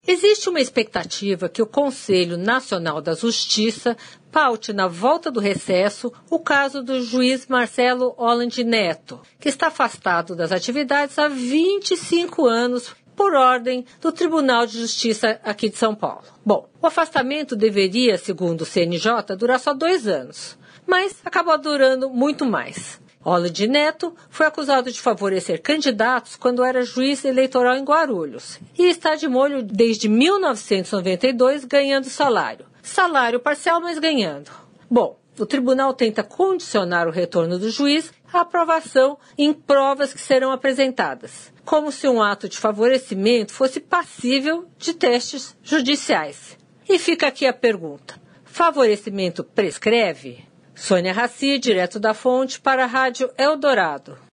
Existe uma expectativa que o Conselho Nacional da Justiça paute na volta do recesso o caso do juiz Marcelo Holland Neto, que está afastado das atividades há 25 anos por ordem do Tribunal de Justiça aqui de São Paulo. Bom, o afastamento deveria, segundo o CNJ, durar só 2 anos, mas acabou durando muito mais. Holland Neto foi acusado de favorecer candidatos quando era juiz eleitoral em Guarulhos e está de molho desde 1992 ganhando salário. Salário parcial, mas ganhando. Bom, o tribunal tenta condicionar o retorno do juiz à aprovação em provas que serão apresentadas, como se um ato de favorecimento fosse passível de testes judiciais. E fica aqui a pergunta: favorecimento prescreve? Sônia Raci, direto da Fonte, para a Rádio Eldorado.